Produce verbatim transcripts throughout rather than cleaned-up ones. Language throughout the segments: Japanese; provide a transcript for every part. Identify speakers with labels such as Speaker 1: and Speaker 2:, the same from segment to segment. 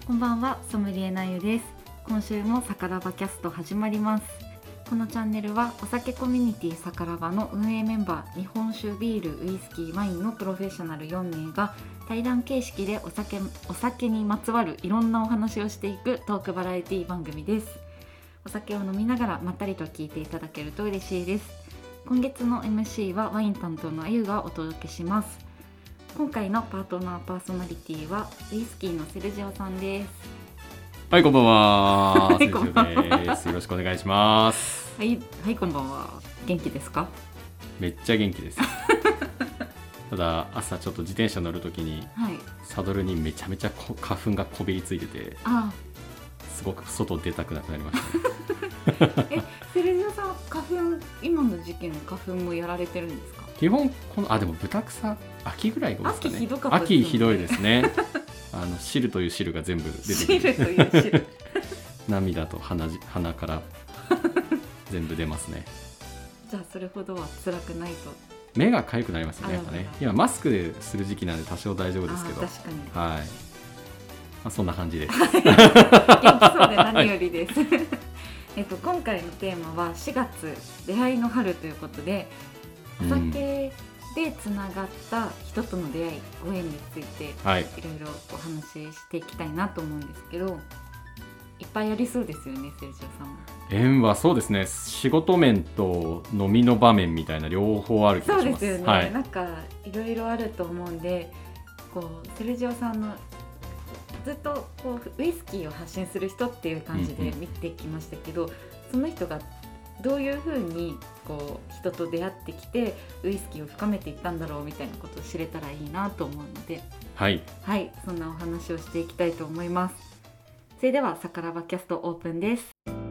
Speaker 1: こんばんは、ソムリエなゆです。今週もサカラバキャスト始まります。このチャンネルはお酒コミュニティサカラバの運営メンバー、日本酒、ビール、ウイスキー、ワインのプロフェッショナルよんめいが対談形式でお酒、お酒にまつわるいろんなお話をしていくトークバラエティ番組です。お酒を飲みながらまったりと聞いていただけると嬉しいです。今月の エムシー はワイン担当のあゆがお届けします。今回のパートナーパーソナリティはウイスキーのセルジオさんです。
Speaker 2: はい、こんばんは。
Speaker 1: はい、こんばんは
Speaker 2: です。よろしくお願いします。
Speaker 1: はい、はい、こんばんは。元気ですか？
Speaker 2: めっちゃ元気ですただ朝ちょっと自転車乗るときに、はい、サドルにめちゃめちゃ花粉がこびりついてて、ああすごく外出たくなくなりました、ね、
Speaker 1: え、セルジオさん、花粉、今の時期の花粉もやられてるんですか？
Speaker 2: 基本このあでも豚草秋ぐらいですかね。
Speaker 1: 秋ひどかったですよね。
Speaker 2: 秋ひどいですねあの汁という汁が全部出てくる。
Speaker 1: 汁という汁
Speaker 2: 涙と 鼻, 鼻から全部出ますね。
Speaker 1: じゃあそれほどは辛くないと。
Speaker 2: 目が痒くなりますよね。やっぱね、今マスクでする時期なんで多少大丈夫ですけど。
Speaker 1: 確かに、
Speaker 2: はい、まあ、そんな感じです
Speaker 1: 元気そうで何よりです、はいえっと、今回のテーマはしがつ出会いの春ということで、お酒でつながった人との出会い、ご縁についていろいろお話ししていきたいなと思うんですけど、はい、いっぱいありそうですよね、セルジオさんも。
Speaker 2: 縁はそうですね、仕事面と飲みの場面みたいな両方ある気がします。
Speaker 1: そうですよね、はい、なんかいろいろあると思うんで、こうセルジオさんのずっとこうウイスキーを発信する人っていう感じで見てきましたけど、うんうん、その人がどういうふうにこう人と出会ってきてウイスキーを深めていったんだろうみたいなことを知れたらいいなと思うので、
Speaker 2: はい、
Speaker 1: はい、そんなお話をしていきたいと思います。それではサカラバキャストオープンです。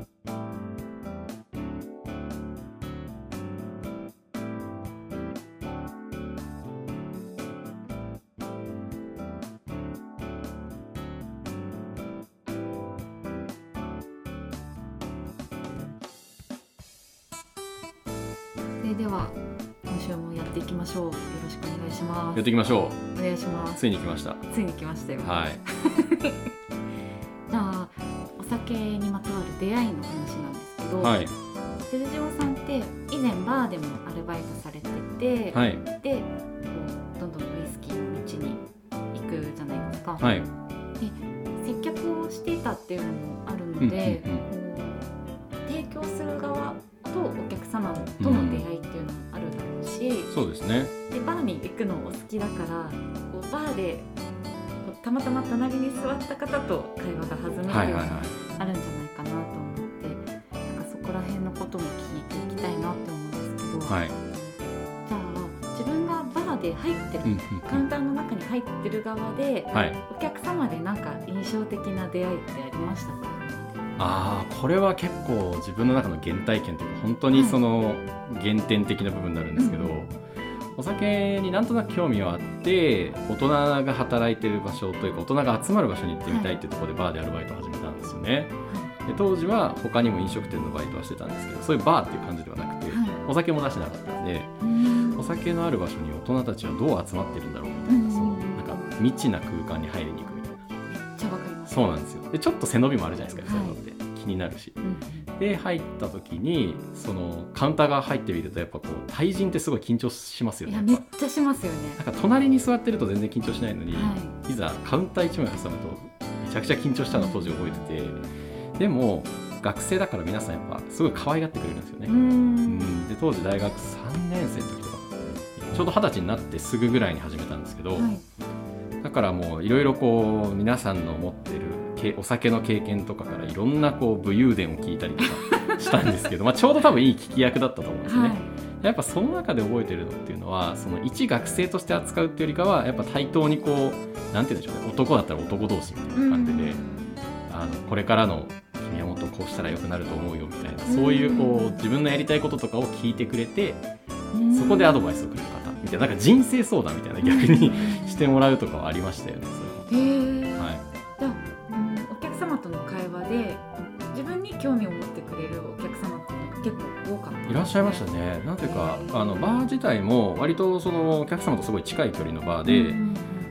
Speaker 1: それでは今週もやっていきましょう。よろしくお願いします。
Speaker 2: やっていきましょ
Speaker 1: う。お願いします。
Speaker 2: ついに来ました。
Speaker 1: ついに来ましたよ。
Speaker 2: はい。
Speaker 1: じゃあお酒にまつわる出会いの話なんですけど、はい、セルジオさんって以前バーでもアルバイトされてて、はい、でこうどんどんウイスキーの道に行くじゃないですか。はい、で接客をしていたっていうのもあるので、うんうんうん、こう提供する側とお客様との出会いっていうのもあるだろうし、
Speaker 2: うん、そうですね。
Speaker 1: でバーに行くのお好きだからこうバーでこうたまたま隣に座った方と会話が弾むっていうのがあるんじゃないかなと思って、はいはいはい、なんかそこら辺のことも聞いていきたいなって思うんですけど、はい、じゃあ自分がバーで入ってる、うんうんうん、カウンターの中に入ってる側で、はい、お客様でなんか印象的な出会いってありましたか？
Speaker 2: あー、これは結構自分の中の原体験というか本当にその原点的な部分になるんですけど、うん、お酒になんとなく興味はあって大人が働いてる場所というか大人が集まる場所に行ってみたいっていうところでバーでアルバイトを始めたんですよね、はい、で当時は他にも飲食店のバイトはしてたんですけど、そういうバーっていう感じではなくて、はい、お酒も出してなかったんで、うん、お酒のある場所に大人たちはどう集まってるんだろうみたいな、うん、そのなんか未知な空間に入りに行くみたいな。
Speaker 1: めっちゃわかります。
Speaker 2: そうなんですよ。でちょっと背伸びもあるじゃないですか、そういうのって、はい、気になるし、うん、で入った時にそのカウンターが入ってみるとやっぱこう対人ってすごい緊張しますよね。
Speaker 1: いやめっちゃしますよね。
Speaker 2: なんか隣に座ってると全然緊張しないのに、はい、いざカウンターいちまい挟むとめちゃくちゃ緊張したのを当時覚えてて、うん、でも学生だから皆さんやっぱすごい可愛がってくれるんですよね。うんうんで当時大学さんねん生の時とかちょうどはたちになってすぐぐらいに始めたんですけど、はい、だからもういろいろこう皆さんの持ってるお酒の経験とかからいろんなこう武勇伝を聞いたりとかしたんですけどまあちょうど多分いい聞き役だったと思うんですね、はい、やっぱその中で覚えてるのっていうのはその一学生として扱うっていうよりかはやっぱ対等にこうなんて言うんでしょうね、男だったら男同士みたいな感じで、うん、あのこれからの君はもっとこうしたら良くなると思うよみたいな、そういうこう自分のやりたいこととかを聞いてくれて、そこでアドバイスをくれる方みたいな、なんか人生相談みたいな逆にしてもらうとかはありましたよね。それは、はい、
Speaker 1: じゃあ、うん、お客様との会話で自分に興味を持ってくれるお客様って結構多かったですね。
Speaker 2: いらっしゃいましたね。なんていうかあのバー自体も割とそのお客様とすごい近い距離のバーで、うん、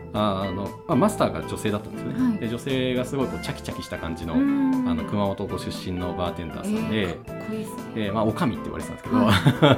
Speaker 2: あの、まあ、マスターが女性だったんですよね、
Speaker 1: はい、
Speaker 2: で女性がすごいこうチャキチャキした感じの、あの熊本ご出身のバーテンダーさんで、
Speaker 1: えー、かっこいいですね。
Speaker 2: で、まあ、おかみって言われてたんですけど、
Speaker 1: はい、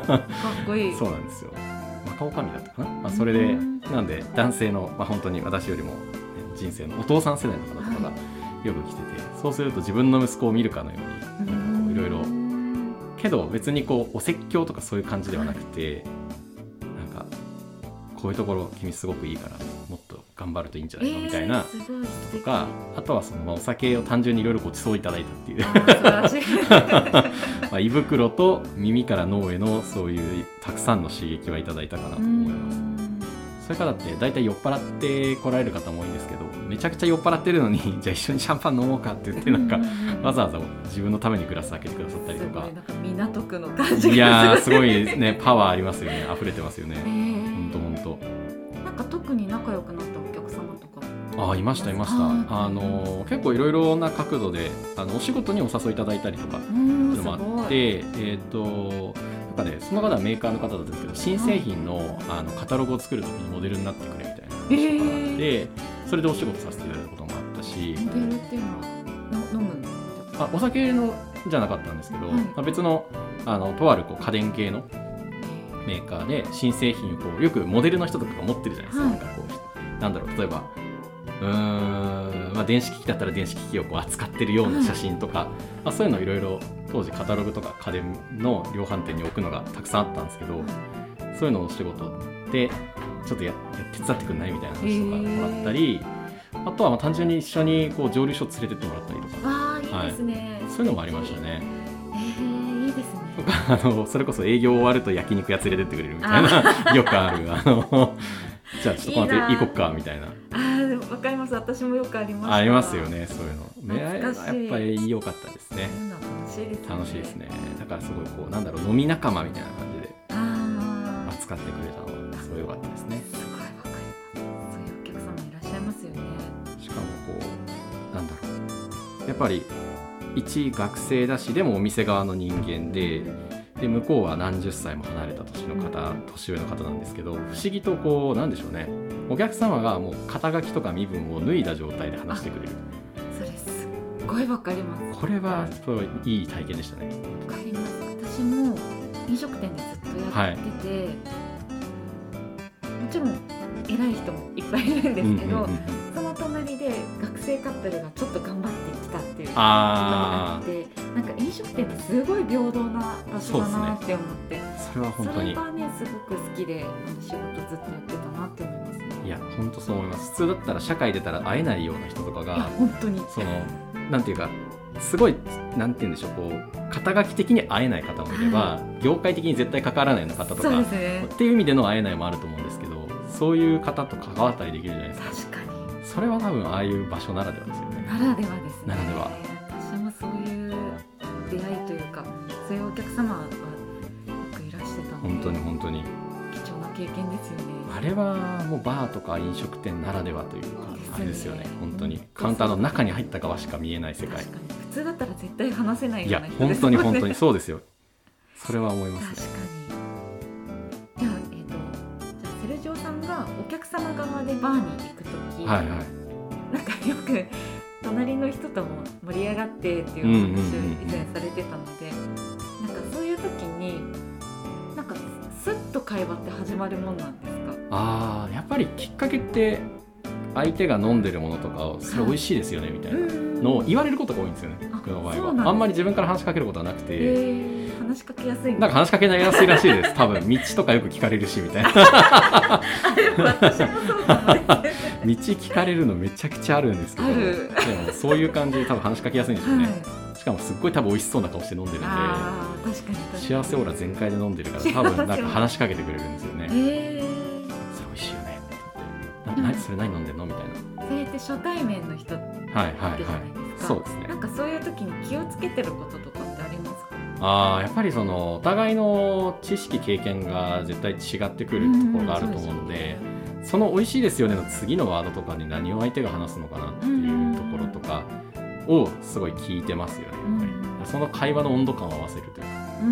Speaker 1: かっこいい
Speaker 2: そうなんですよ、若おかみだったかな、まあ、それでなんで男性の、まあ、本当に私よりも、ね、人生のお父さん世代の方とかがよく来てて、はい、そうすると自分の息子を見るかのようになんかこういろいろけど別にこうお説教とかそういう感じではなくて、なんかこういうところ君すごくいいからもっと頑張るといいんじゃないのみたいなとか、あとはその、まあ、お酒を単純にいろいろご馳走いただいたっていうまあ胃袋と耳から脳へのそういうたくさんの刺激はいただいたかなと思います。それからだって大体酔っ払って来られる方も多いんですけど、めちゃくちゃ酔っ払ってるのにじゃあ一緒にシャンパン飲もうかって言ってなんかわざわざ自分のためにグラス開けてくださったりとか、
Speaker 1: すごいなんか港区の感じがする。
Speaker 2: いやーすごいね、パワーありますよね、溢れてますよね、ほんとほんと。
Speaker 1: なんか特に仲良くなったお客様とか、
Speaker 2: あいましたいました。あの結構いろいろな角度であのお仕事にお誘いいただいたりとかっていうのもあって、えーとなんかね、その方はメーカーの方だったんですけど、新製品 の,、はい、あのカタログを作るときにモデルになってくれみたいな話とかあって、えー、それでお仕事させていただいたこともあったし。
Speaker 1: モデルっていうのは飲むんですか？
Speaker 2: あお酒のじゃなかったんですけど、はい、まあ、別 の, あのとあるこう家電系のメーカーで新製品をこうよくモデルの人とかが持ってるじゃないですか、はい、なんかこうなんだろう、例えばうーん、まあ、電子機器だったら電子機器をこう扱ってるような写真とか、はい、まあ、そういうのをいろいろ当時カタログとか家電の量販店に置くのがたくさんあったんですけど、はい、そういうのをお仕事でちょっと や, や手伝ってくんないみたいな話とかもらったり、あとはまあ単純に一緒にこう蒸留所連れてってもらったりとか、
Speaker 1: あーいいですね、
Speaker 2: はい、そういうのもありましたね。
Speaker 1: えー、いいですね。
Speaker 2: あのそれこそ営業終わると焼肉屋連れてってくれるみたいなよくあるあのじゃあちょっとこの後行こっかみたいな。
Speaker 1: あでも分かります、私もよくありました。
Speaker 2: ありますよね、そういうのね。やっぱり良かったですね。
Speaker 1: 楽しいですね。
Speaker 2: 楽しいですね。だからすごいこうなんだろう、飲み仲間みたいな感じで扱ってくれたのはすごい良かったですね。
Speaker 1: すごい分かります。そういうお客様いらっしゃいますよね。
Speaker 2: しかもこうなんだろう、やっぱり一学生だし、でもお店側の人間で、で向こうは何十歳も離れた年の方、年上の方なんですけど、不思議とこうなんでしょうね、お客様がもう肩書きとか身分を脱いだ状態で話してくれる。
Speaker 1: それすっごいわかります。
Speaker 2: これはすごいいい体験でしたね。
Speaker 1: わかります。私も飲食店でずっとやってて、はい、もちろん偉い人もいっぱいいるんですけど、うんうんうん、その隣で学生カップルがちょっと頑張ってきたっていうことがあって、なんか飲食店ってすごい平等な場所だなって思って、
Speaker 2: そ, それは本当に
Speaker 1: それがねすごく好きで仕事ずっとやってたなって思いますね。
Speaker 2: いや本当そう思います。普通だったら社会出たら会えないような人とかが、
Speaker 1: 本当に
Speaker 2: そのなんていうかすごいなんて言うんでしょう、こう肩書き的に会えない方もいれば、はい、業界的に絶対関わらないような方とか、
Speaker 1: そうですね、
Speaker 2: っていう意味での会えないもあると思うんですけど、そういう方と関わったりできるじゃないですか。
Speaker 1: 確かに
Speaker 2: それは多分ああいう場所ならではですよね。
Speaker 1: ならではですね。
Speaker 2: ならでは。
Speaker 1: 私もそういう出会いというか、そういうお客様はよくいらしてたので、
Speaker 2: 本当に本当に
Speaker 1: 貴重な経験ですよね。
Speaker 2: あれはもうバーとか飲食店ならではというか、
Speaker 1: ですね、
Speaker 2: あれですよね。本当にカウンターの中に入った側しか見えない世界。
Speaker 1: 確かに普通だったら絶対話せないような人
Speaker 2: ですよね。いや本当に本当にそうですよ。それは思いますね。
Speaker 1: 確かに。じゃあ、えーと、じゃあセルジオさんがお客様側でバーに行くとき、はいはい、なんかよく隣の人とも盛り上がってっていう話を以前されてたので、なんかそういう時になんかスッと会話って始まるもんなんですか？
Speaker 2: あーやっぱりきっかけって相手が飲んでるものとかをそれ美味しいですよねみたいなのを言われることが多いんですよね。僕の場合は あ, あんまり自分から話しかけることはなくて、
Speaker 1: えー、話しかけやすいんですか？
Speaker 2: なんか話しかけやすいらしいです。多分道とかよく聞かれるしみたいな
Speaker 1: あでも私もそうかもですね。
Speaker 2: 道聞かれるのめちゃくちゃあるんですけど、
Speaker 1: ある
Speaker 2: でもそういう感じで多分話しかけやすいんですよね、はい、しかもすっごい多分美味しそうな顔して飲んでるんで、
Speaker 1: あ確かに確かに
Speaker 2: 幸せオーラ全開で飲んでるから多分なんか話しかけてくれるんですよね。
Speaker 1: えー、
Speaker 2: それ美味しいよねって言って、なそれ何飲んでんのみたいな。
Speaker 1: それって初対面の人ってじゃないですか、はいはいはい、
Speaker 2: そうですね。
Speaker 1: なんかそういう時に気をつけてることとかってありますか？
Speaker 2: あやっぱりそのお互いの知識経験が絶対違ってくるところがあると思うので、うん、その美味しいですよねの次のワードとかに何を相手が話すのかなっていうところとかをすごい聞いてますよね。やっぱり、うん、その会話の温度感を合わせるというか、うん、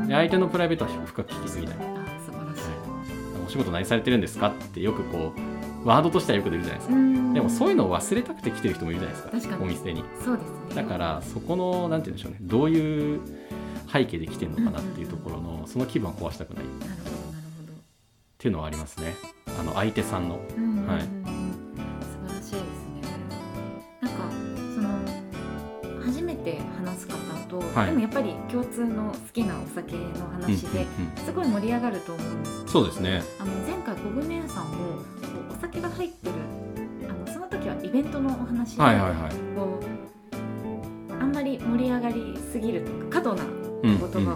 Speaker 2: で相手のプライベートは深く聞きすぎない。
Speaker 1: あ素晴らしい、はい、
Speaker 2: お仕事何されてるんですかってよくこうワードとしてはよく出るじゃないですか。
Speaker 1: うん
Speaker 2: でもそういうのを忘れたくて来てる人もいるじゃないですか、
Speaker 1: 確かに
Speaker 2: お店に。
Speaker 1: そうですね。
Speaker 2: だからそこのなんて言うんでしょうね、どういう背景で来てるのかなっていうところのその気分は壊したくないっ
Speaker 1: なるほどなるほど。
Speaker 2: ていうのはありますね。あの相手さんの、
Speaker 1: うんうんうん、
Speaker 2: はい、
Speaker 1: 素晴らしいですね。なんかその初めて話す方と、はい、でもやっぱり共通の好きなお酒の話で、うんうんうん、すごい盛り上がると思うんですけど。
Speaker 2: そうですね。
Speaker 1: あの前回小舟屋さんもお酒が入ってる、あのその時はイベントのお話で、はいはいはい、こうあんまり盛り上がりすぎるとか過度な言葉を使うとか、うんうんうん、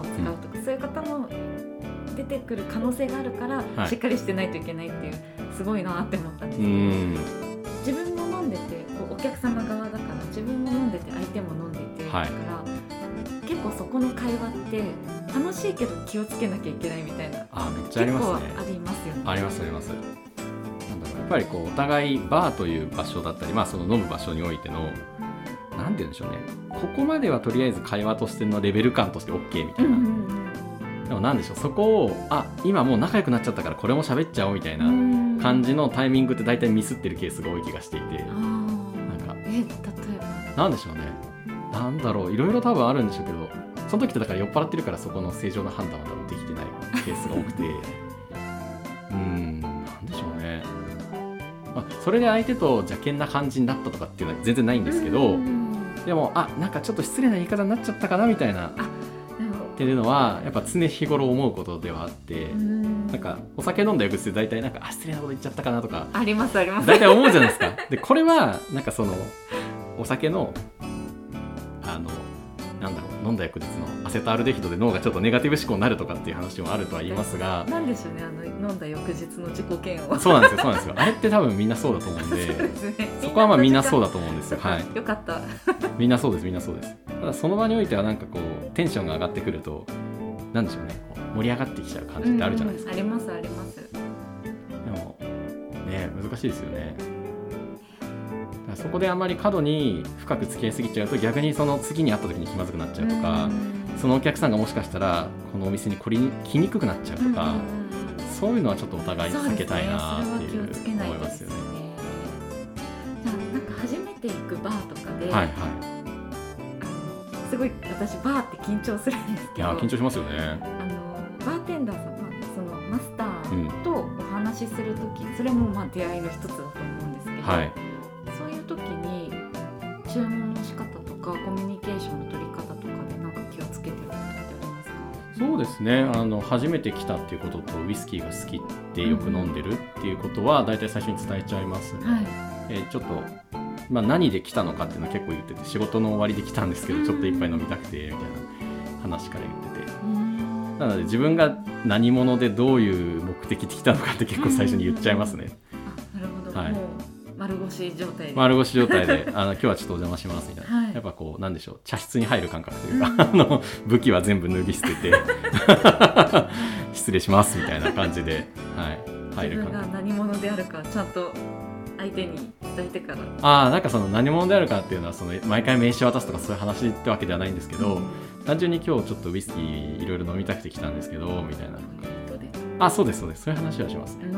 Speaker 1: そういう方も出てくる可能性があるから、はい、しっかりしてないといけないっていう、すごいなって思ったんですけど、うん、自分も飲んでてこうお客様側だから自分も飲んでて相手も飲んでて、はい、だから結構そこの会話って楽しいけど気をつけなきゃいけないみたいな、
Speaker 2: あめっちゃありますね。
Speaker 1: 結構ありますよね。
Speaker 2: ありますあります。なんだろう、やっぱりこうお互いバーという場所だったり、まあ、その飲む場所においてのなんて言うんでしょうね、ここまではとりあえず会話としてのレベル感として OK みたいな、うんうんうん、でもなんでしょう、そこをあ今もう仲良くなっちゃったからこれも喋っちゃおうみたいな感じのタイミングって大体ミスってるケースが多い気がしていて、なんか
Speaker 1: え例えば
Speaker 2: なんでしょうね、なんだろう、いろいろ多分あるんでしょうけど、その時ってだから酔っ払ってるからそこの正常な判断は多分できてないケースが多くてうーんなんでしょうね、まあ、それで相手と邪険な感じになったとかっていうのは全然ないんですけど、でもあなんかちょっと失礼な言い方になっちゃったかなみたいなっていうのはやっぱ常日頃思うことではあって、なんかお酒飲んだ翌日大体なんかあ失礼なこと言っちゃったかなとか
Speaker 1: ありますあります
Speaker 2: 大体思うじゃないですか。でこれはなんかそのお酒のあのなんだろう、飲んだ翌日のアセトアルデヒドで脳がちょっとネガティブ思考になるとかっていう話もあるとは言いますが、
Speaker 1: なんでしょうね、あの飲んだ翌日の自己嫌悪。
Speaker 2: そうなんですよそうなんですよ。あれって多分みんなそうだと思うんで、 そうですね、そこはまあみんなそうだと思うんですよ。はい、
Speaker 1: よかった
Speaker 2: みんなそうですみんなそうです。ただその場においてはなんかこうテンションが上がってくるとなんでしょうね、こう盛り上がってきちゃう感じってあるじゃないですか。
Speaker 1: うん、ありますあります。
Speaker 2: でもね難しいですよね。そこであまり過度に深く付き合いすぎちゃうと逆にその次に会った時に気まずくなっちゃうとか、そのお客さんがもしかしたらこのお店に来にくくなっちゃうとか、そういうのはちょっとお互い避けたいなっていう思いますよね。
Speaker 1: じゃあなんか初めて行くバーとかで、はいはい、すごい私バーって緊張するんですけど、
Speaker 2: いや緊張しますよね。
Speaker 1: あのバーテンダーさん、そのマスターとお話しするとき、うん、それもまあ出会いの一つだと思うんですけど、はい、そういう時に注文の仕方とかコミュニケーションの取り方とかでなんか気をつけてることってありますか？
Speaker 2: そうですね、あの初めて来たっていうこととウイスキーが好きってよく飲んでるっていうことは大体最初に伝えちゃいますね。はい、えー、ちょっと、まあ、何で来たのかっていうのは結構言ってて、仕事の終わりで来たんですけどちょっと一杯飲みたくてみたいな話から言ってて、なので自分が何者でどういう目的で来たのかって結構最初に言っちゃいますね。
Speaker 1: あ、なるほど、はい、もう丸腰状態で
Speaker 2: 丸腰状態であの今日はちょっとお邪魔しますみたいな、はい、やっぱこうなんでしょう、茶室に入る感覚というか、うん、あの武器は全部脱ぎ捨てて失礼しますみたいな感じで、はい、入る感覚。自分が
Speaker 1: 何者であるかちゃんと相手に伝えてから、
Speaker 2: あなんかその何者であるかっていうのはその毎回名刺渡すとかそういう話ってわけではないんですけど、うん、単純に今日ちょっとウイスキーいろいろ飲みたくて来たんですけどみたいな。あそうですそうです、そういう話はしますね。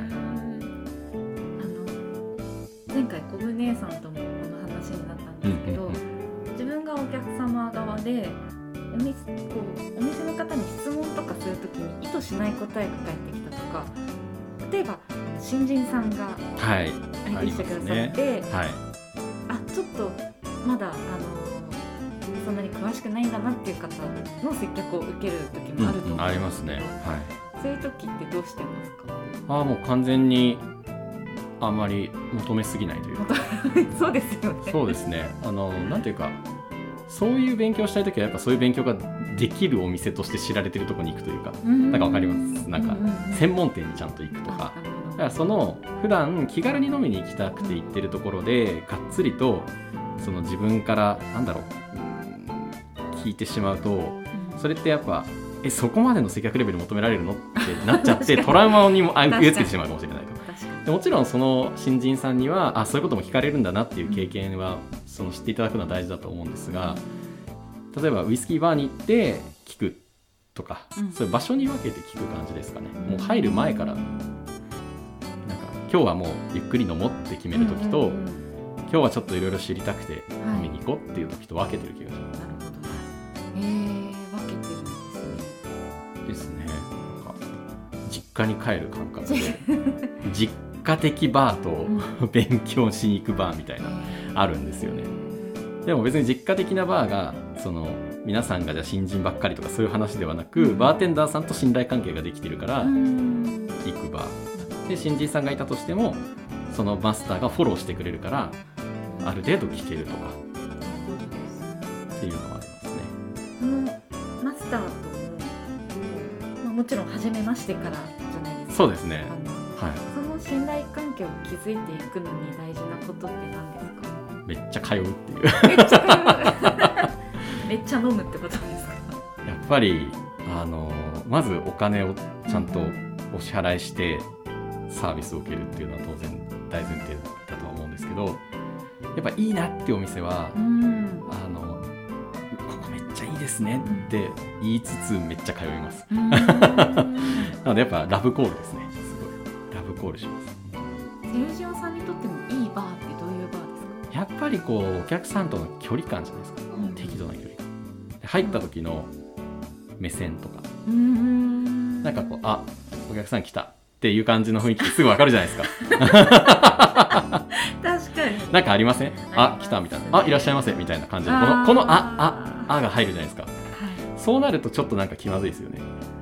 Speaker 1: 前回小舟さんともこの話になったんですけど、うんうんうん、自分がお客様側でお店、こうお店の方に質問とかするときに意図しない答えが返ってきたとか、例えば新人さんが相手してくださって、はいねはい、あちょっとまだあのそんなに詳しくないんだなっていう方の接客を受ける時もあると思うんですけど、うんうん、ありますね、はい、そういう時ってどうしてますか？
Speaker 2: あもう完全にあんまり求めすぎないというか
Speaker 1: そうですよね。
Speaker 2: そうですね、あのなんていうか、そういう勉強したいときはやっぱそういう勉強ができるお店として知られてるところに行くというか、なんかわかります。なんか専門店にちゃんと行くとか、だからその普段気軽に飲みに行きたくて行ってるところでがっつりとその自分からなんだろう聞いてしまうと、それってやっぱえそこまでの接客レベル求められるのってなっちゃってトラウマにも植え付けてしまうかもしれないと。でもちろんその新人さんにはあそういうことも聞かれるんだなっていう経験はその知っていただくのは大事だと思うんですが、例えばウイスキーバーに行って聞くとか、うん、そういう場所に分けて聞く感じですかね。もう入る前からなんか今日はもうゆっくり飲もうって決める時と、
Speaker 1: うんうんうん、
Speaker 2: 今日はちょっといろいろ知りたくて飲みに行こうっていう時と分けてる気がします。
Speaker 1: なるほど。えー、分けてるんですね。
Speaker 2: ですね。なんか実家に帰る感覚で実家的バーと勉強しに行くバーみたいなあるんですよね。でも別に実家的なバーがその皆さんがじゃあ新人ばっかりとかそういう話ではなく、うん、バーテンダーさんと信頼関係ができてるから行くバーで、新人さんがいたとしてもそのマスターがフォローしてくれるからある程度聞けるとかっていうのがありますね。
Speaker 1: そのマスターとも、まあ、もちろん初めましてからじゃないですか。
Speaker 2: そうですね、はい、
Speaker 1: その信頼関係を築いていくのに大事なことって何ですか？
Speaker 2: めっちゃ通うっていう
Speaker 1: めっちゃ通うめっちゃ飲むってことですか？
Speaker 2: やっぱりあのまずお金をちゃんとお支払いしてサービスを受けるっていうのは当然大前提だとは思うんですけど、やっぱいいなってお店は、うん、あのここめっちゃいいですねって言いつつめっちゃ通います、うん、なのでやっぱラブコールですね。すごいラブコールします。
Speaker 1: セルジオさんにとってもいいバーってどういうバーですか？
Speaker 2: やっぱりこうお客さんとの距離感じゃないですか、うん、適度な距離感で入った時の目線とか、うん、なんかこうあお客さん来たっていう感じの雰囲気すぐ分かるじゃないですか
Speaker 1: 確かに
Speaker 2: なんかありません？あ来たみたいな、あいらっしゃいませみたいな感じでこのこのあああが入るじゃないですか、はい、そうなるとちょっとなんか気まずいですよね。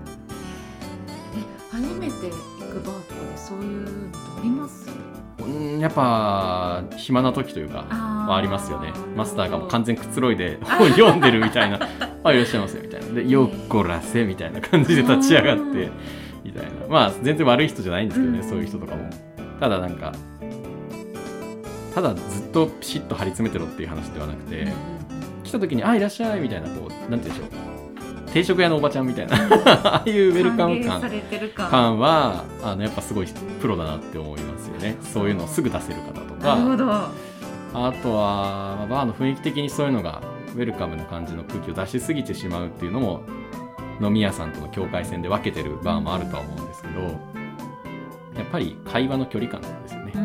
Speaker 1: え初めて行くバーとかでそういうのあります？
Speaker 2: うんやっぱ暇な時というかあ, ありますよね。マスターがもう完全くつろいで本読んでるみたいなあいらっしゃいませみたいなでよっこらせみたいな感じで立ち上がってみたいな、まあ全然悪い人じゃないんですけどね、うん、そういう人とかも。ただなんかただずっとピシッと張り詰めてろっていう話ではなくて、うん、来た時にあいらっしゃいみたいなこうなんて言うんでしょう、定食屋のおばちゃんみたいなああいうウェルカム感感はあのやっぱすごいプロだなって思いますよね。そういうのをすぐ出せる方とか、
Speaker 1: なるほど。
Speaker 2: あとはバーの雰囲気的にそういうのがウェルカムな感じの空気を出しすぎてしまうっていうのも飲み屋さんとの境界線で分けてるバーもあるとは思うんですけど、やっぱり会話の距離感なんですよね。
Speaker 1: うん、うん、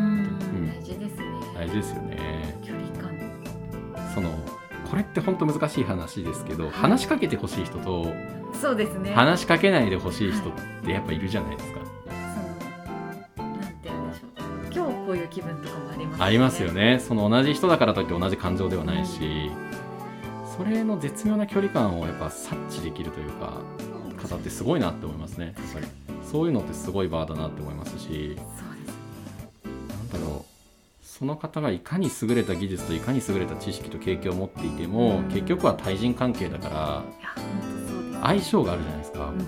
Speaker 1: 大事ですね。
Speaker 2: 大事ですよね。
Speaker 1: 距離感。
Speaker 2: そのこれって本当難しい話ですけど、はい、話しかけてほしい人と
Speaker 1: そうですね、
Speaker 2: 話しかけないでほしい人ってやっぱいるじゃないですか。
Speaker 1: そのなんて言うんでしょう、今日こういう気分とかもありますよね。
Speaker 2: ありますよね。その同じ人だからといって同じ感情ではないし、うん、それの絶妙な距離感をやっぱ察知できるというか方ってすごいなって思いますね。やっぱりそういうのってすごいバーだなって思いますし、そうですね、なんだろう、その方がいかに優れた技術といかに優れた知識と経験を持っていても、うん、結局は対人関係だから相性があるじゃないですか、うん、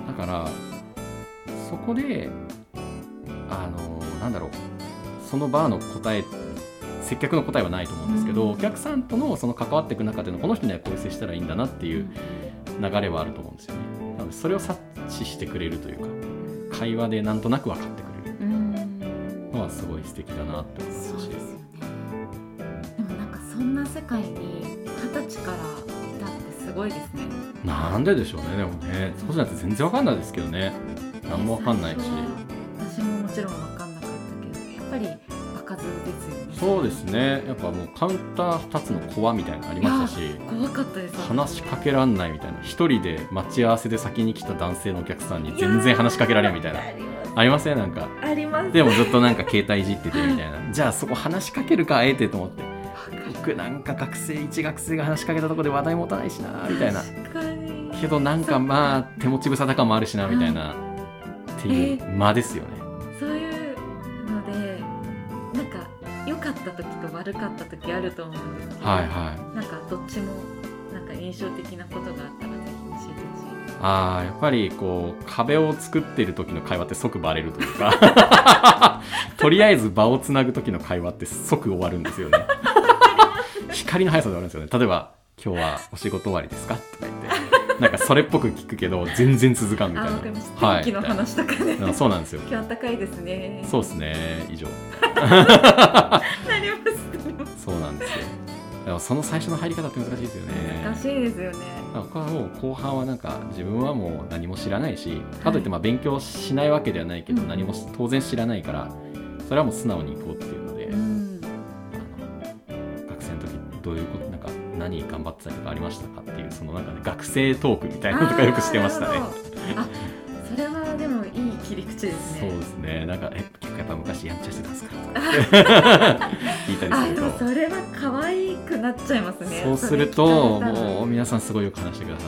Speaker 2: だからそこであのなんだろう、そのバーの答え接客の答えはないと思うんですけど、うん、お客さんとのその関わっていく中でのこの人にはこういう接したらいいんだなっていう流れはあると思うんですよね。なのでそれを察知してくれるというか、会話でなんとなく分かってくれるのはすごい素敵だなって思いますし、そうですよね。
Speaker 1: でもなんかそんな世界に二十歳からいたってすごいですね。
Speaker 2: なんででしょうね。でもね、そうじゃなくて全然分かんないですけどね。何も分かんないし、
Speaker 1: 私ももちろん分かんなかったけど、やっぱり場数ですよね。
Speaker 2: そうですね。やっぱもうカウンターふたつの怖みたいなのありましたし、
Speaker 1: 怖かったです。
Speaker 2: 話しかけらんないみたいな、一人で待ち合わせで先に来た男性のお客さんに全然話しかけられんみたいな、ありません？なんか
Speaker 1: あります。
Speaker 2: でもずっとなんか携帯いじっててみたいなじゃあそこ話しかけるかあえてと思って、僕なんか学生一学生が話しかけたところで話題持たないしなみたいな、けどなんかまあ手持ち無沙汰感もあるしなみたいなっていう間ですよね。
Speaker 1: そういうのでなんか良かった時と悪かった時あると思うんですけど、
Speaker 2: はいはい、
Speaker 1: なんかどっちもなんか印象的なことがあったらぜひ教えてほしい。
Speaker 2: あーやっぱりこう壁を作ってる時の会話って即バレるというかとりあえず場をつなぐ時の会話って即終わるんですよね光の速さで終わるんですよね。例えば今日はお仕事終わりですかとか言ってなんかそれっぽく聞くけど全然続かんみたいな。
Speaker 1: あ、わかります。天気の話とかね、
Speaker 2: はい、そうなんですよ。
Speaker 1: 今日暖かいですね。
Speaker 2: そうですね、以上
Speaker 1: なります
Speaker 2: そうなんですよ。でもその最初の入り方って難しいですよね。
Speaker 1: 難しいですよね。
Speaker 2: 僕はもう後半はなんか自分はもう何も知らないし、かといってまあ勉強しないわけではないけど、はい、何も当然知らないから、そそれはもう素直に行こうっていうので、
Speaker 1: うん、
Speaker 2: あの学生の時どういうことなんか何頑張ってたりとかありましたかっていうそのなんか、ね、学生トークみたいなのとかよくしてましたね。
Speaker 1: あ、それはでもいい切り口ですね。
Speaker 2: そうですね。なんかえ結構やっぱ昔やんちゃしてたんですかとか聞いたりすると、
Speaker 1: あ、でもそれは可愛くなっちゃいますね。
Speaker 2: そうするともう皆さんすごいよく話してくださって、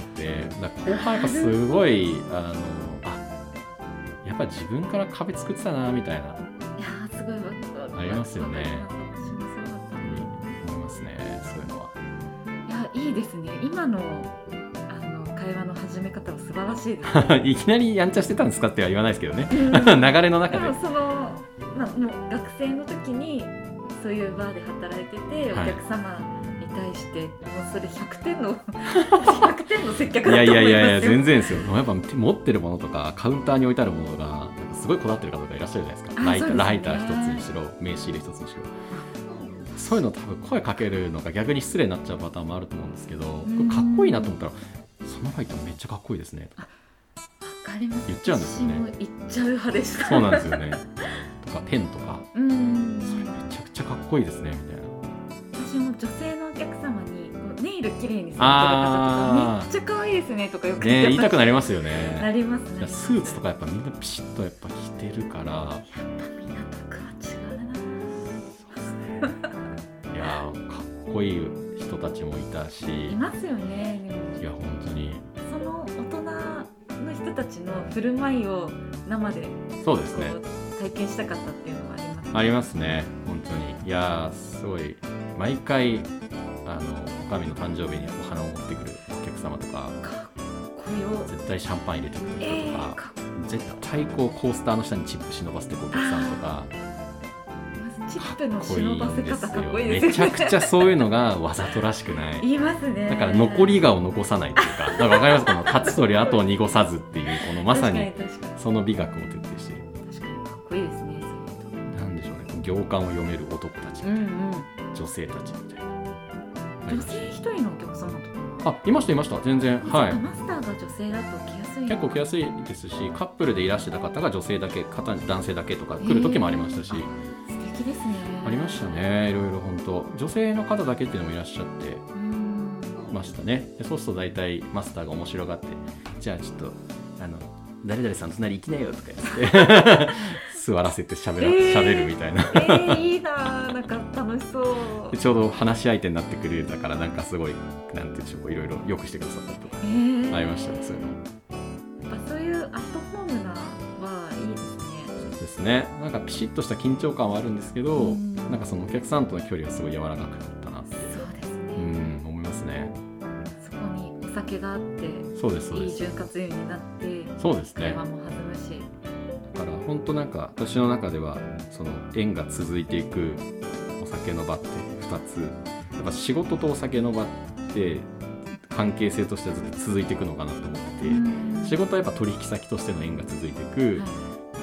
Speaker 2: だから後半やっぱすごいあのあやっぱり自分から壁作ってたなみたいな、いや
Speaker 1: すごい
Speaker 2: ありますよね。
Speaker 1: 私もそうだった
Speaker 2: に思いますね。そういうのは。
Speaker 1: いやいいですね。今のあの会話の始め方は素晴らしいですね。
Speaker 2: いきなりやんちゃしてたんですかっては言わないですけどね。うん、流れの中で。
Speaker 1: でもその、まあ、もう学生の時にそういうバーで働いてて、はい、お客様に対してもうそれひゃくてんのひゃくてんの接客だと思いますよ。
Speaker 2: いやいやいやいや全然ですよ。やっぱ持ってるものとかカウンターに置いてあるものがすごいこだわってる方がいらっしゃるじゃないですか。ライター、ね、ライター一つにしろ名刺入れ一つにしろ。そういうの多分声かけるのが逆に失礼になっちゃうパターンもあると思うんですけど、これかっこいいなと思ったらそのファイトめっちゃかっこいいですねとか言っちゃうんですよね。
Speaker 1: 私も言っちゃう派でした。
Speaker 2: そうなんですよね。とかペンとか、
Speaker 1: うん、
Speaker 2: それめちゃくちゃかっこいいですねみたいな。
Speaker 1: 私も女性のお客様にこうネイル綺麗にされてる方とかめっちゃ可愛いですねとかよく言ってます、ね、
Speaker 2: 言いたくなりますよね。
Speaker 1: なりますね。
Speaker 2: スーツとかやっぱみんなピシッとやっぱ着てるから、やっぱ
Speaker 1: 港区は違うな。
Speaker 2: そうですね。いやかっこいい人たちもいたし
Speaker 1: いますよね。でも
Speaker 2: いや本当に
Speaker 1: その大人の人たちの振る舞いを生で
Speaker 2: そうですね
Speaker 1: 体験したかったっていうのはありますね。
Speaker 2: ありますね本当に。いやすごい毎回あのおかみの誕生日にお花を持ってくるお客様とか、
Speaker 1: かっこよ
Speaker 2: 絶対シャンパン入れてくる人とか、
Speaker 1: えー、か
Speaker 2: 絶対こうコースターの下にチップ忍ばせてくるお客さんとか、
Speaker 1: チップの忍ばせ方かっこいいですよね。
Speaker 2: めちゃくちゃそういうのがわざとらしくない。
Speaker 1: 言いますね。
Speaker 2: だから残り顔を残さないというか、だから分かりますこの勝つ鳥後を濁さずっていうこのまさにその美学を徹底している。
Speaker 1: 確かにかっこいいですね。そういう
Speaker 2: なんでしょうね。行間を読める男たちみたいな、うんうん、女性たちみたいな。
Speaker 1: 女性一人のお客様とか。
Speaker 2: あ、いましたいました全然。はい。
Speaker 1: マスターが女性だと来やすい。
Speaker 2: 結構来やすいですし、カップルでいらしてた方が女性だけ、方男性だけとか来る時もありましたし。
Speaker 1: 素敵ですね。
Speaker 2: ありましたね。いろいろ本当女性の方だけっていうのもいらっしゃってましたね。でそうすると大体マスターが面白がって、じゃあちょっとあの誰々さん隣行きなよとか言って座らせてしゃべら、えー、しゃべるみたいな、
Speaker 1: えー、いいな。なんか楽しそう
Speaker 2: でちょうど話し相手になってくれるだからなんかすごいなんていうんでしょう、いろいろよくしてくださったりとか、えー、ありましたね。そういうの
Speaker 1: やっぱそういうアットホームなはいいですね。
Speaker 2: そうですね。なんかピシッとした緊張感はあるんですけど、うん、なんかそのお客さんとの距離がすごい柔らかくなったなって。
Speaker 1: そうですね。
Speaker 2: うん思いますね。
Speaker 1: そこにお酒があって、
Speaker 2: そうですそうです。
Speaker 1: いい潤滑油になって、
Speaker 2: そうですね。
Speaker 1: 会話も弾むし。
Speaker 2: だから本当なんか私の中ではその縁が続いていくお酒の場ってふたつ、やっぱ仕事とお酒の場って関係性としてはずっと続いていくのかなと思ってて、仕事はやっぱ取引先としての縁が続いていく、はい、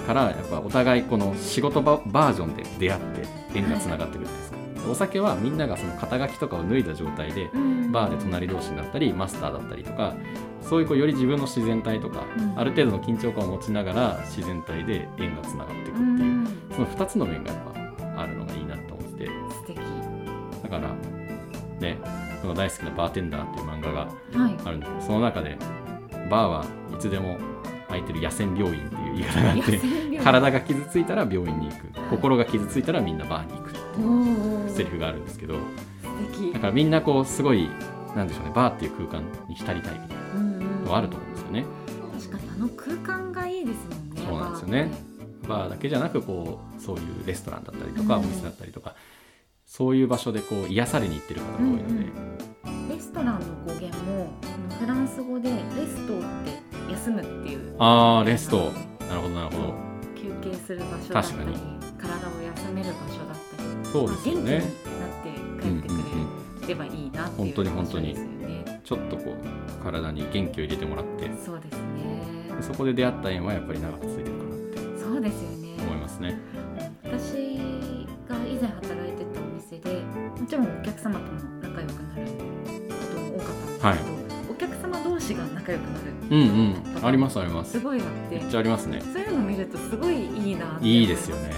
Speaker 2: からやっぱお互いこの仕事バージョンで出会って縁がつながってくるんですか、はい、お酒はみんながその肩書きとかを脱いだ状態でバーで隣同士になったりマスターだったりとか、そういうこうより自分の自然体とか、うん、ある程度の緊張感を持ちながら自然体で縁がつながっていくっていう、うん、そのふたつの面がやっぱあるのがいいなと思ってて、
Speaker 1: 素敵
Speaker 2: だからね、その大好きなバーテンダーっていう漫画があるんですけど、はい、その中でバーはいつでも空いてる野戦病院っていう言い方があって体が傷ついたら病院に行く、はい、心が傷ついたらみんなバーに行くっていうセリフがあるんですけど、
Speaker 1: 素敵だ
Speaker 2: からみんなこうすごいなんでしょうね、バーっていう空間に浸りたいみたいなのはあると思うんですよね。
Speaker 1: 確かにあの空間がいいですもんね。
Speaker 2: そうなんですよね。バーだけじゃなくこうそういうレストランだったりとか、うん、お店だったりとかそういう場所でこう癒されに行ってる方が多いので、
Speaker 1: うんうん、レストランの語源もフランス語でレストって休むっていう、
Speaker 2: あーレスト、なるほどなるほど、
Speaker 1: 休憩する場所だったり体を休める場所だったり、
Speaker 2: そうですよね、
Speaker 1: まあ、元気になって帰ってくれればいいなっていう、ね、本当に本当に
Speaker 2: ちょっとこう体に元気を入れてもらって、
Speaker 1: そうですね、
Speaker 2: そこで出会った縁はやっぱり長く続いてるかなって
Speaker 1: そうですよね
Speaker 2: 思いますね。
Speaker 1: 私が以前働いてたお店でもちろんお客様とも仲良くなることも多かったんですけど、はい、お客様同士が仲良くなる、
Speaker 2: うんうん、ありますあります、
Speaker 1: すごいあって、
Speaker 2: めっちゃありますね。
Speaker 1: そういうのを見るとすごいいいなって。
Speaker 2: いいですよね。なんか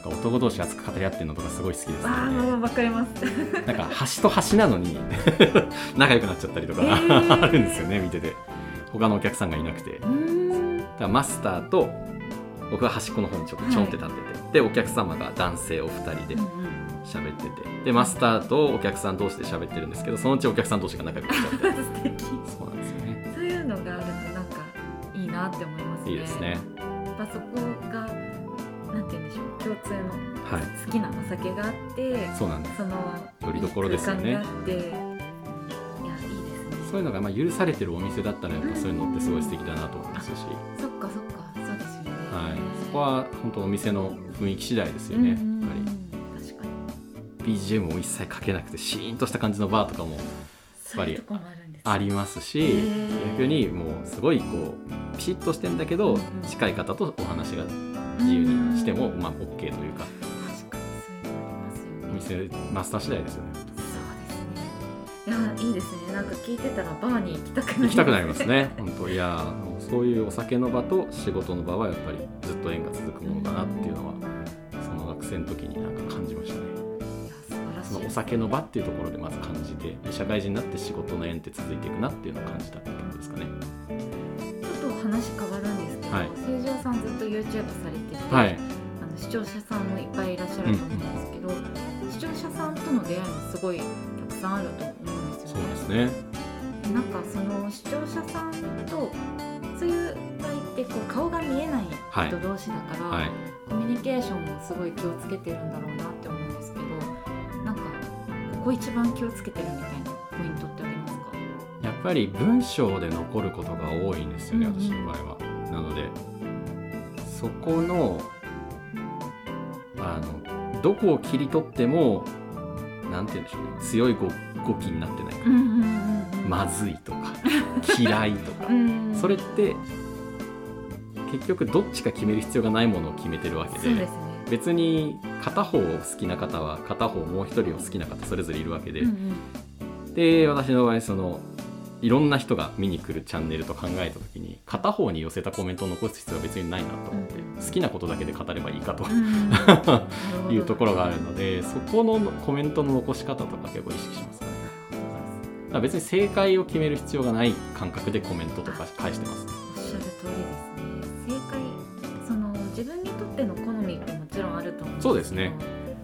Speaker 2: か男同士熱く語り合ってるのとかすごい好きですね。
Speaker 1: ああ、わかります。
Speaker 2: なんか端と端なのに仲良くなっちゃったりとか、えー、あるんですよね、見てて。他のお客さんがいなくて、だからマスターと僕は端っこの方にちょっとちょんって立ってて、はい、でお客様が男性お二人で喋ってて、でマスターとお客さん同士で喋ってるんですけど、そのうちお客さん同士が仲良くなっちゃって素敵。そうなんですよね。
Speaker 1: そういうのがあるとなんかいいなって思いますね。
Speaker 2: いいですね。
Speaker 1: やっぱそこがなんて言うんでしょう、共通の好きなお酒があって、はい、
Speaker 2: そうなんです。
Speaker 1: その
Speaker 2: よりどころですよね。
Speaker 1: いい空間があって、いやいいですね。
Speaker 2: そういうのがまあ許されてるお店だったらやっぱそういうのってすごい素敵だなと思いますし、
Speaker 1: そっかそっか、そうですよね。
Speaker 2: はい、そこは本当お店の雰囲気次第ですよね。やっぱり確かに ビージーエム を一切かけなくてシーンとした感じのバーとかもやっぱりありますし、逆にもうすごいこうピシッとしてんだけど近い方とお話が自由にしてもまあ OK というか、
Speaker 1: 確かにそういうのありますよね。
Speaker 2: お店マスター次第ですよね。
Speaker 1: いやいいですね。なんか聞いてたらバーに行きたくなりますね。
Speaker 2: 行きたくなりますね。本当いやそういうお酒の場と仕事の場はやっぱりずっと縁が続くものだなっていうのはその学生の時になんか感じましたね。
Speaker 1: いや素晴らしい。
Speaker 2: そのお酒の場っていうところでまず感じて、社会人になって仕事の縁って続いていくなっていうのを感じたってことですかね。
Speaker 1: ちょっと話変わるんですけど、はい、成城さんずっと YouTube されてて、はい、あの視聴者さんもいっぱいいらっしゃると思うんですけど、うん、視聴者さんとの出会いもすごいたくさんあると思うんですよね。
Speaker 2: そうですね。
Speaker 1: なんかその視聴者さんとそういう場合ってこう顔が見えない人同士だから、はいはい、コミュニケーションもすごい気をつけてるんだろうなって思うんですけど、なんかここ一番気をつけてるみたいなポイントってありますか？
Speaker 2: やっぱり文章で残ることが多いんですよね、うんうん、私の場合は。なのでそこのあのどこを切り取ってもなんて言うんでしょうね、強い語気になってないか、うんうんうんうん、まずいとか嫌いとかそれって結局どっちか決める必要がないものを決めてるわけ で, で、ね、別に片方を好きな方は片方もう一人を好きな方それぞれいるわけで、うんうん、で私の場合そのいろんな人が見に来るチャンネルと考えた時に片方に寄せたコメントを残す必要は別にないなと思って、うん、好きなことだけで語ればいいかと、うん、いうところがあるので、そこのコメントの残し方とか結構意識しますね。だから別に正解を決める必要がない感覚でコメントとか返してます。
Speaker 1: おっしゃる通りですね。正解、その自分にとっての好みってもちろんあると思うんですけど、
Speaker 2: そうですね。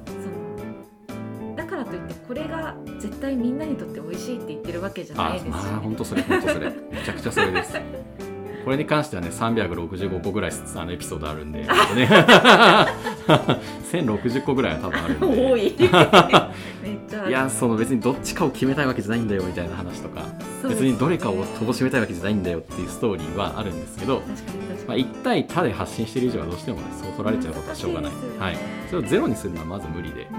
Speaker 1: だからといってこれが絶対みんなにとって美味しいって言ってるわけじゃないですよね。
Speaker 2: ああ、本当それ本当それめちゃくちゃそれです。これに関してはねさんびゃくろくじゅうごこぐらいあのエピソードあるんで、ね、せんろくじゅっこぐらいは多分あるんで
Speaker 1: 多いめっちゃ
Speaker 2: いやその別にどっちかを決めたいわけじゃないんだよみたいな話とか、別にどれかを乏しめたいわけじゃないんだよっていうストーリーはあるんですけど、まあ、一対他で発信している以上はどうしても、ね、そう取られちゃうことはしょうがない、はい、それをゼロにするのはまず無理で、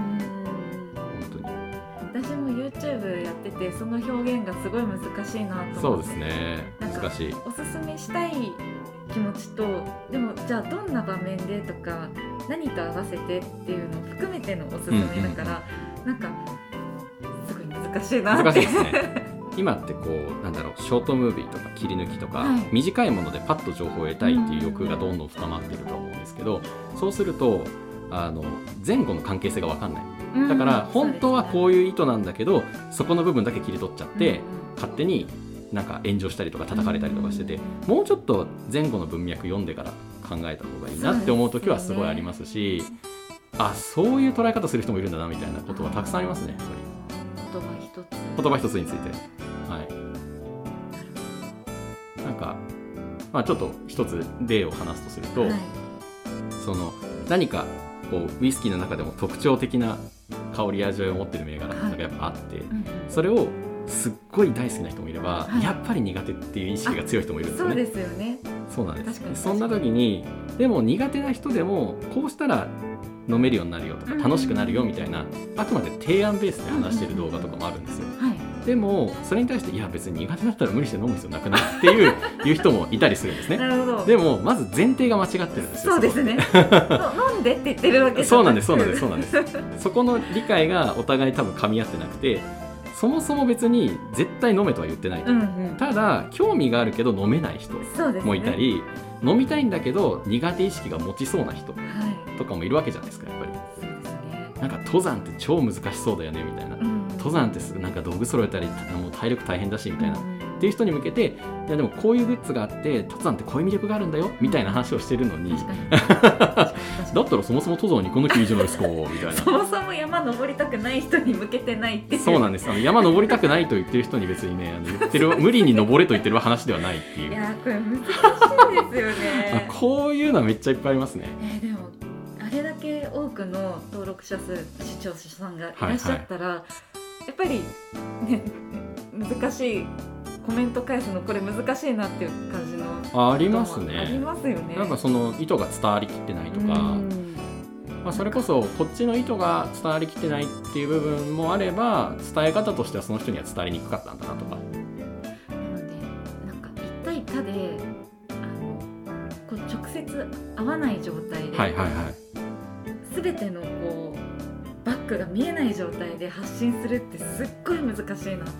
Speaker 1: 私も YouTube やっててその表現がすごい難しいなと思って。
Speaker 2: そうですね、難しい。
Speaker 1: おすすめしたい気持ちと、でもじゃあどんな場面でとか何と合わせてっていうのを含めてのおすすめだから、うんうんうん、なんかすごい難しいなって。
Speaker 2: 難しいですね。今ってこうなんだろう、ショートムービーとか切り抜きとか、はい、短いものでパッと情報を得たいっていう欲がどんどん深まっていると思うんですけど、そうするとあの前後の関係性が分かんない。だから本当はこういう意図なんだけど、そこの部分だけ切り取っちゃって、勝手になんか炎上したりとか叩かれたりとかしてて、もうちょっと前後の文脈読んでから考えた方がいいなって思う時はすごいありますし、あ、そういう捉え方する人もいるんだなみたいなことはたくさんありますね。やっぱ
Speaker 1: り言葉一つ
Speaker 2: 言葉一つについて、はい、なんか、まあ、ちょっと一つ例を話すとすると、はい、その何かこうウイスキーの中でも特徴的な香りや味わいを持ってる銘柄がやっぱあって、はい、それをすっごい大好きな人もいれば、はい、やっぱり苦手っていう意識が強い人もいるんですよね。
Speaker 1: そうですよね。
Speaker 2: そうなんです。そんな時にでも苦手な人でもこうしたら飲めるようになるよとか楽しくなるよみたいな、うんうんうん、あくまで提案ベースで話してる動画とかもあるんですよ、うんうんうん、はい、でもそれに対していや別に苦手だったら無理して飲む必要なくないっていういう人もいたりするんですね。
Speaker 1: なるほど。
Speaker 2: でもまず前提が間違ってるんですよ。
Speaker 1: そうですね。飲んでって言ってるわけじゃなくて、
Speaker 2: そうなんですそうなんですそうなんですそこの理解がお互い多分噛み合ってなくて、 そもそも別に絶対飲めとは言ってない、
Speaker 1: うんうん、
Speaker 2: ただ興味があるけど飲めない人もいたり、ね、飲みたいんだけど苦手意識が持ちそうな人とかもいるわけじゃないですか。やっぱりそうですね。なんか登山って超難しそうだよねみたいな、うん、登山ってなんか道具揃えたりもう体力大変だしみたいな、うん、っていう人に向けて、いやでもこういうグッズがあって登山ってこういう魅力があるんだよみたいな話をしてるのにだったらそもそも登山に行かなきゃいいじゃないですかみたいな
Speaker 1: そもそも山登りたくない人に向けてないっていう。
Speaker 2: そうなんです。あの山登りたくないと言ってる人に別にね、あの言ってる無理に登れと言ってる話ではないっていう。
Speaker 1: いやこれ難しいですよね
Speaker 2: こういうのはめっちゃいっぱいありますね。
Speaker 1: えー、でもあれだけ多くの登録者数視聴者さんがいらっしゃったら、はいはい、やっぱりね難しいコメント返すのこれ難しいなっていう感じの
Speaker 2: ありますね。
Speaker 1: ありますよね。
Speaker 2: なんかその意図が伝わりきってないとか、まあ、それこそこっちの意図が伝わりきってないっていう部分もあれば、伝え方としてはその人には伝わりにくかったんだなとか。なので
Speaker 1: なんか一対他であのこう直接会わない状態で、はいはいはい、全てのこうバックが見えない状態で発信するってすっごい難しいなって。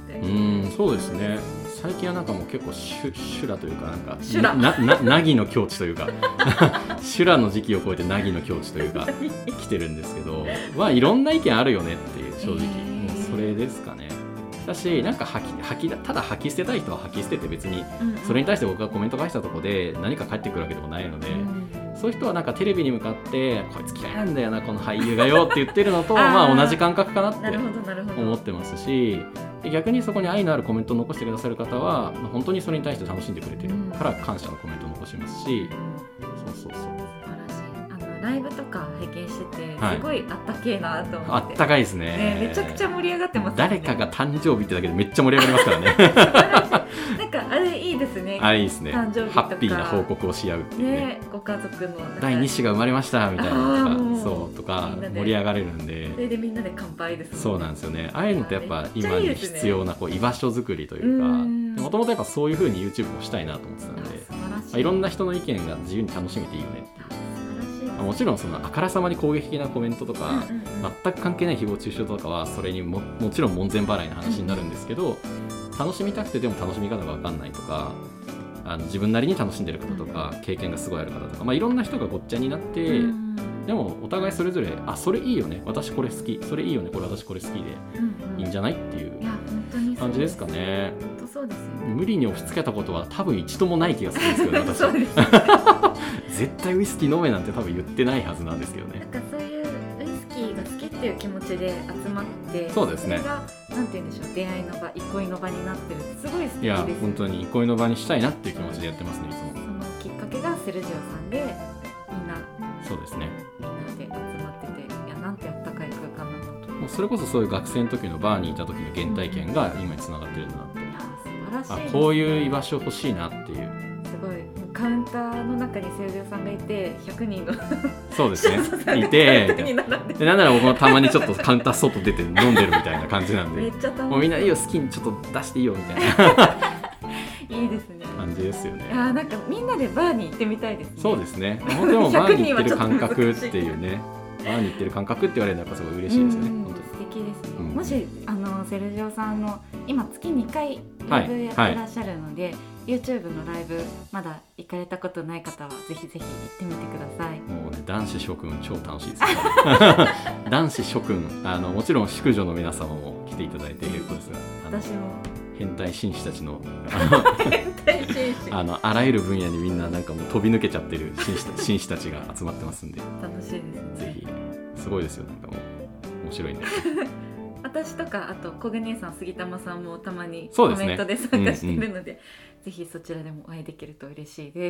Speaker 2: うんそうですね。最近はなんかもう結構修羅というかなんかなななぎの境地というか修羅の時期を超えてなぎの境地というか来てるんですけど、まあいろんな意見あるよねっていう正直、えー、もうそれですかね。だしなんか吐き吐きただ吐き捨てたい人は吐き捨てて別にそれに対して僕がコメント返したところで何か返ってくるわけでもないので、うん、そういう人はなんかテレビに向かってこいつ嫌いなんだよなこの俳優がよって言ってるのとまあ同じ感覚かなって思ってますし、逆にそこに愛のあるコメントを残してくださる方は本当にそれに対して楽しんでくれてるから感謝のコメントを残しますし、うん、そうそうそう。
Speaker 1: ライブとか拝見しててすごいあったけえなと思って、
Speaker 2: はい、あったかいです ね,
Speaker 1: ねめちゃくちゃ盛り上がってますね。
Speaker 2: 誰かが誕生日ってだけでめっちゃ盛り上がりますからね
Speaker 1: なんかあれいいですね。
Speaker 2: あれいいですね。
Speaker 1: 誕生日とか
Speaker 2: ハッピーな報告をし合うっていう ね, ね
Speaker 1: ご家族の
Speaker 2: だいに子が生まれましたみたいなとかそうとか盛り上がれるんで、
Speaker 1: それでみんなで乾杯です、ね、
Speaker 2: そうなんですよね。ああいうのってやっぱ今に必要なこう居場所作りというか、もともとやっぱそういう風に YouTube もしたいなと思ってたんで、い, いろんな人の意見が自由に楽しめていいよねっていう。もちろんそのあからさまに攻撃的なコメントとか、うんうんうん、全く関係ない誹謗中傷とかはそれに も, もちろん門前払いの話になるんですけど、うん、楽しみたくてでも楽しみ方が分かんないとか、あの自分なりに楽しんでる方とか、うん、経験がすごいある方とか、まあ、いろんな人がごっちゃになって、うん、でもお互いそれぞれあそれいいよね私これ好きそれいいよねこれ私これ好きで、うんうん、いいんじゃないっていう感じですかね。
Speaker 1: 本当そうですよね。
Speaker 2: 無理に押し付けたことは多分一度もない気がするんですけどね私
Speaker 1: そうです
Speaker 2: 絶対ウイスキー飲めなんて多分言ってないはずなんですけどね。
Speaker 1: なんかそういうウイスキーが好きっていう気持ちで集まって、
Speaker 2: そうですね、
Speaker 1: それがなんて言うんでしょう、出会いの場憩いの場になってるってすごい素敵です。
Speaker 2: いや本当に憩いの場にしたいなっていう気持ちでやってますねいつも。
Speaker 1: そのきっかけがセルジオさんでみんな
Speaker 2: そうですね
Speaker 1: みんなで集まってて、いやなんてあったかい空間なんだと。
Speaker 2: もうそれこそそういう学生の時のバーにいた時の原体験が今につながってるんだなって、うん、いや
Speaker 1: 素晴らしい、ね、
Speaker 2: あこういう居場所欲しいなっていう。
Speaker 1: すごいカウンターの中にセルジオさんがいてひゃくにんの
Speaker 2: そうですねいてでなんなら僕もたまにちょっとカウンター外出て飲んでるみたいな感じなんで
Speaker 1: めっちゃ楽しい。
Speaker 2: もうみんないいよ好きにちょっと出していいよみたいない
Speaker 1: いですね
Speaker 2: 感じですよね。
Speaker 1: あなんかみんなでバーに行ってみたいですね。
Speaker 2: そうですね。本当にもバーに行ってる感覚っていうねバーに行ってる感覚って言われるのはやっぱすごい嬉しいですよね。本当に
Speaker 1: 素敵ですね、
Speaker 2: うん、
Speaker 1: もしあのセルジオさんの今月にかいライブやってらっしゃるので、はいはいYouTube のライブまだ行かれたことない方はぜひぜひ行ってみてください。
Speaker 2: もうね男子諸君超楽しいです男子諸君あのもちろん宿女の皆様も来ていただいて結構ですが、
Speaker 1: 私も
Speaker 2: 変態紳士たちの
Speaker 1: 変態紳士
Speaker 2: あのあらゆる分野にみんななんかもう飛び抜けちゃってる紳士紳士たちが集まってますんで
Speaker 1: 楽しいですね。
Speaker 2: ぜひすごいですよ。なんかもう面白いね
Speaker 1: 私とかあと小金さん杉玉さんもたまにコメントで参加しているので、うんうん、ぜひそちらでもお会いできると嬉しいです。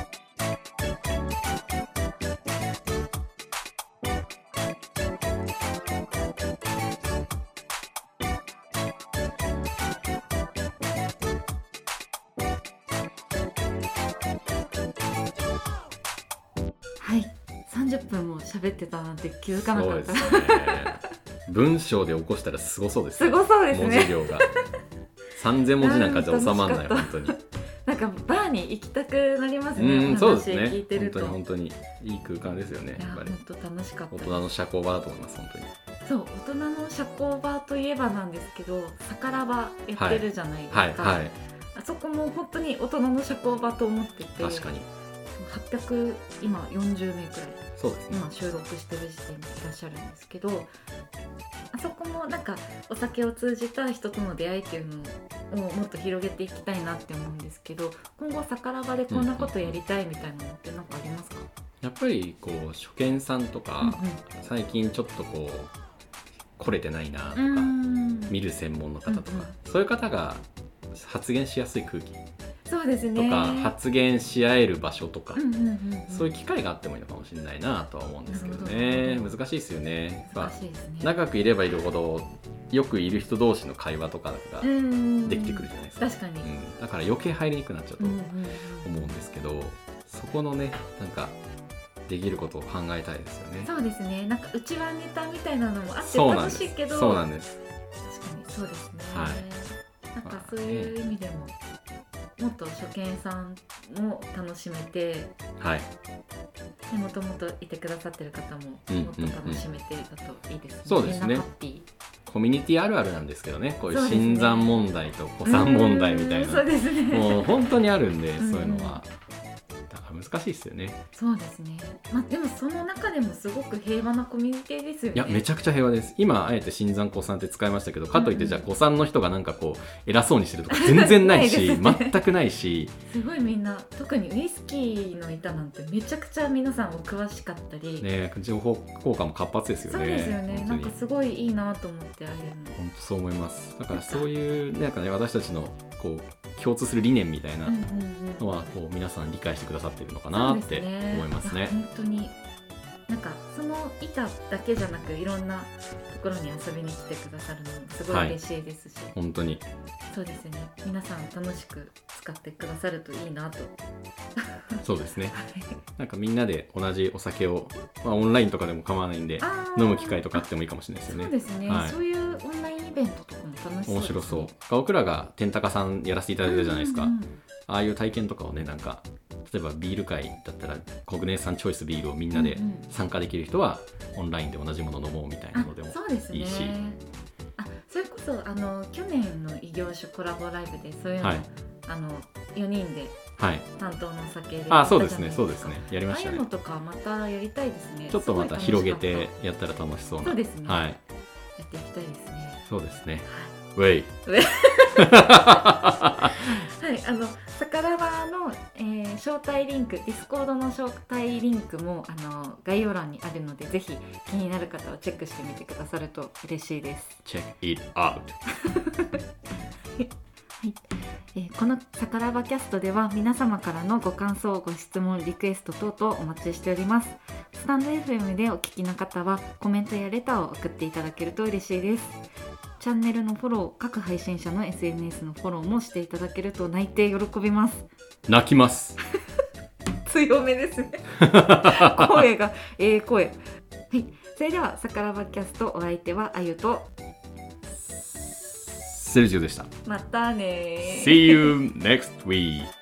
Speaker 1: はい、さんじゅっぷんも喋ってたなんて気づかなかった。
Speaker 2: そうですね文章で起こしたらすごそうです、
Speaker 1: ね、すごそうですね。
Speaker 2: 文字量がさんぜんもじなんかじゃ収まらない本当に。
Speaker 1: なんかバーに行きたくなりますね。
Speaker 2: うんそうですね。
Speaker 1: 聞いてると
Speaker 2: 本当に本当にいい空間ですよね。やっぱり
Speaker 1: 本当楽しかった。
Speaker 2: 大人の社交場だと思います本当に。
Speaker 1: そう大人の社交場といえばなんですけどサカラバやってるじゃないですか、
Speaker 2: はいはいはい、
Speaker 1: あそこも本当に大人の社交場と思ってて、
Speaker 2: 確かに
Speaker 1: はっぴゃく今よんじゅうめいくらい
Speaker 2: そうですね
Speaker 1: 今収録してる時点でいらっしゃるんですけど、あそこもなんかお酒を通じた人との出会いっていうのをもっと広げていきたいなって思うんですけど、今後サカラバでこんなことやりたいみたいなのって何かありますか？
Speaker 2: やっぱりこう初見さんとか、うんうん、最近ちょっとこう来れてないなとか見る専門の方とか、うんうん、そういう方が発言しやすい空気
Speaker 1: そうですね、
Speaker 2: とか発言し合える場所とか、
Speaker 1: うんうんうんうん、
Speaker 2: そういう機会があってもいいのかもしれないなとは思うんですけどね。難しいですよね。
Speaker 1: 難しいですね。
Speaker 2: 長くいればいるほどよくいる人同士の会話とかができてくるじゃないですか。
Speaker 1: 確かに、
Speaker 2: うん、だから余計入りにくくなっちゃうと思うんですけど、うんうんうん、そこのねなんかできることを考えたいですよね。
Speaker 1: そうですね。なんか内輪ネタみたいなのもあって楽しいけど、
Speaker 2: そうなんです。
Speaker 1: 確かにそうですね。
Speaker 2: はい、
Speaker 1: なんかそういう意味でも、もっと初見さんも楽しめて、
Speaker 2: はい、
Speaker 1: でもともといてくださってる方ももっと楽しめてだといいですね。
Speaker 2: そうですね。
Speaker 1: みんなハッピー。
Speaker 2: コミュニティあるあるなんですけどね、こういう新参問題と古参問題みたいな、
Speaker 1: そうですね、
Speaker 2: もう本当にあるんで、そういうのはだから難しいですよね。
Speaker 1: そうですね、まあ、でもその中でもすごく平和なコミュニティですよね。
Speaker 2: いやめちゃくちゃ平和です。今あえて新参古参って使いましたけど、かといってじゃあ古参の人がなんかこう偉そうにしてるとか全然ないしない、ね、全くないし、
Speaker 1: すごいみんな特にウイスキーの板なんてめちゃくちゃ皆さんお詳しかったり、
Speaker 2: ね、情報交換も活発ですよね。
Speaker 1: そうですよね。なんかすごいいいなと思ってああいうの
Speaker 2: 本当そう思います。だからそういうなんかね私たちのこう共通する理念みたいなのはこう皆さん理解してくださっているのかなって思いますね。
Speaker 1: 本当になんかその板だけじゃなくいろんなところに遊びに来てくださるのもすごい嬉しいですし、はい、
Speaker 2: 本当に
Speaker 1: そうですね。皆さん楽しく使ってくださるといいなと
Speaker 2: そうですねなんかみんなで同じお酒を、まあ、オンラインとかでも構わないんで飲む機会とかあってもいいかもしれないですよね。
Speaker 1: そうですね、はい、そういうオンラインイベントとかも楽しそうですね。
Speaker 2: 面白そう。僕らが天高さんやらせていただいたじゃないですか、うんうんうん、ああいう体験とかをね、なんか例えばビール会だったらコグネさんチョイスビールをみんなで参加できる人はオンラインで同じもの飲もうみたいなのでもいいし、
Speaker 1: ね、あそれこそあの去年の異業種コラボライブでそういうの、はい、あのよにんで担当のお酒でやったじゃないですか。あ、そうですね、そうですね、やりましたね。ああいうのとかまたやりたいですね。
Speaker 2: ちょっとまた広げてやったら楽しそうな。
Speaker 1: そうですね、
Speaker 2: はい、
Speaker 1: やっていきたいですね。
Speaker 2: そうですね、はい、ウェイ
Speaker 1: はい、あのサカラバの、えー、招待リンク、ディスコードの招待リンクもあの概要欄にあるので、ぜひ気になる方はチェックしてみてくださると嬉しいです。
Speaker 2: Check it out はい 、
Speaker 1: えー、このサカラバキャストでは皆様からのご感想、ご質問、リクエスト等々お待ちしております。スタンド エフエム でお聞きの方はコメントやレターを送っていただけると嬉しいです。チャンネルのフォロー、各配信者の エスエヌエス のフォローもしていただけると泣いて喜びます。
Speaker 2: 泣きます
Speaker 1: 強めですね声がええ声。はい、それではサカラバキャスト、お相手はあゆと
Speaker 2: セルジオでした。
Speaker 1: またね。
Speaker 2: See you next week